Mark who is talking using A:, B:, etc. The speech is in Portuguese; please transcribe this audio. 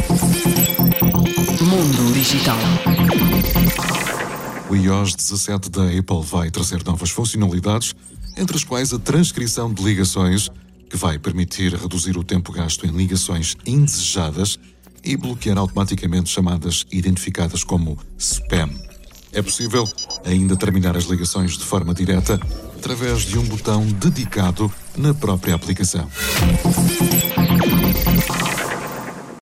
A: Mundo Digital.
B: O iOS 17 da Apple vai trazer novas funcionalidades, entre as quais a transcrição de ligações, que vai permitir reduzir o tempo gasto em ligações indesejadas e bloquear automaticamente chamadas identificadas como spam. É possível ainda terminar as ligações de forma direta através de um botão dedicado na própria aplicação.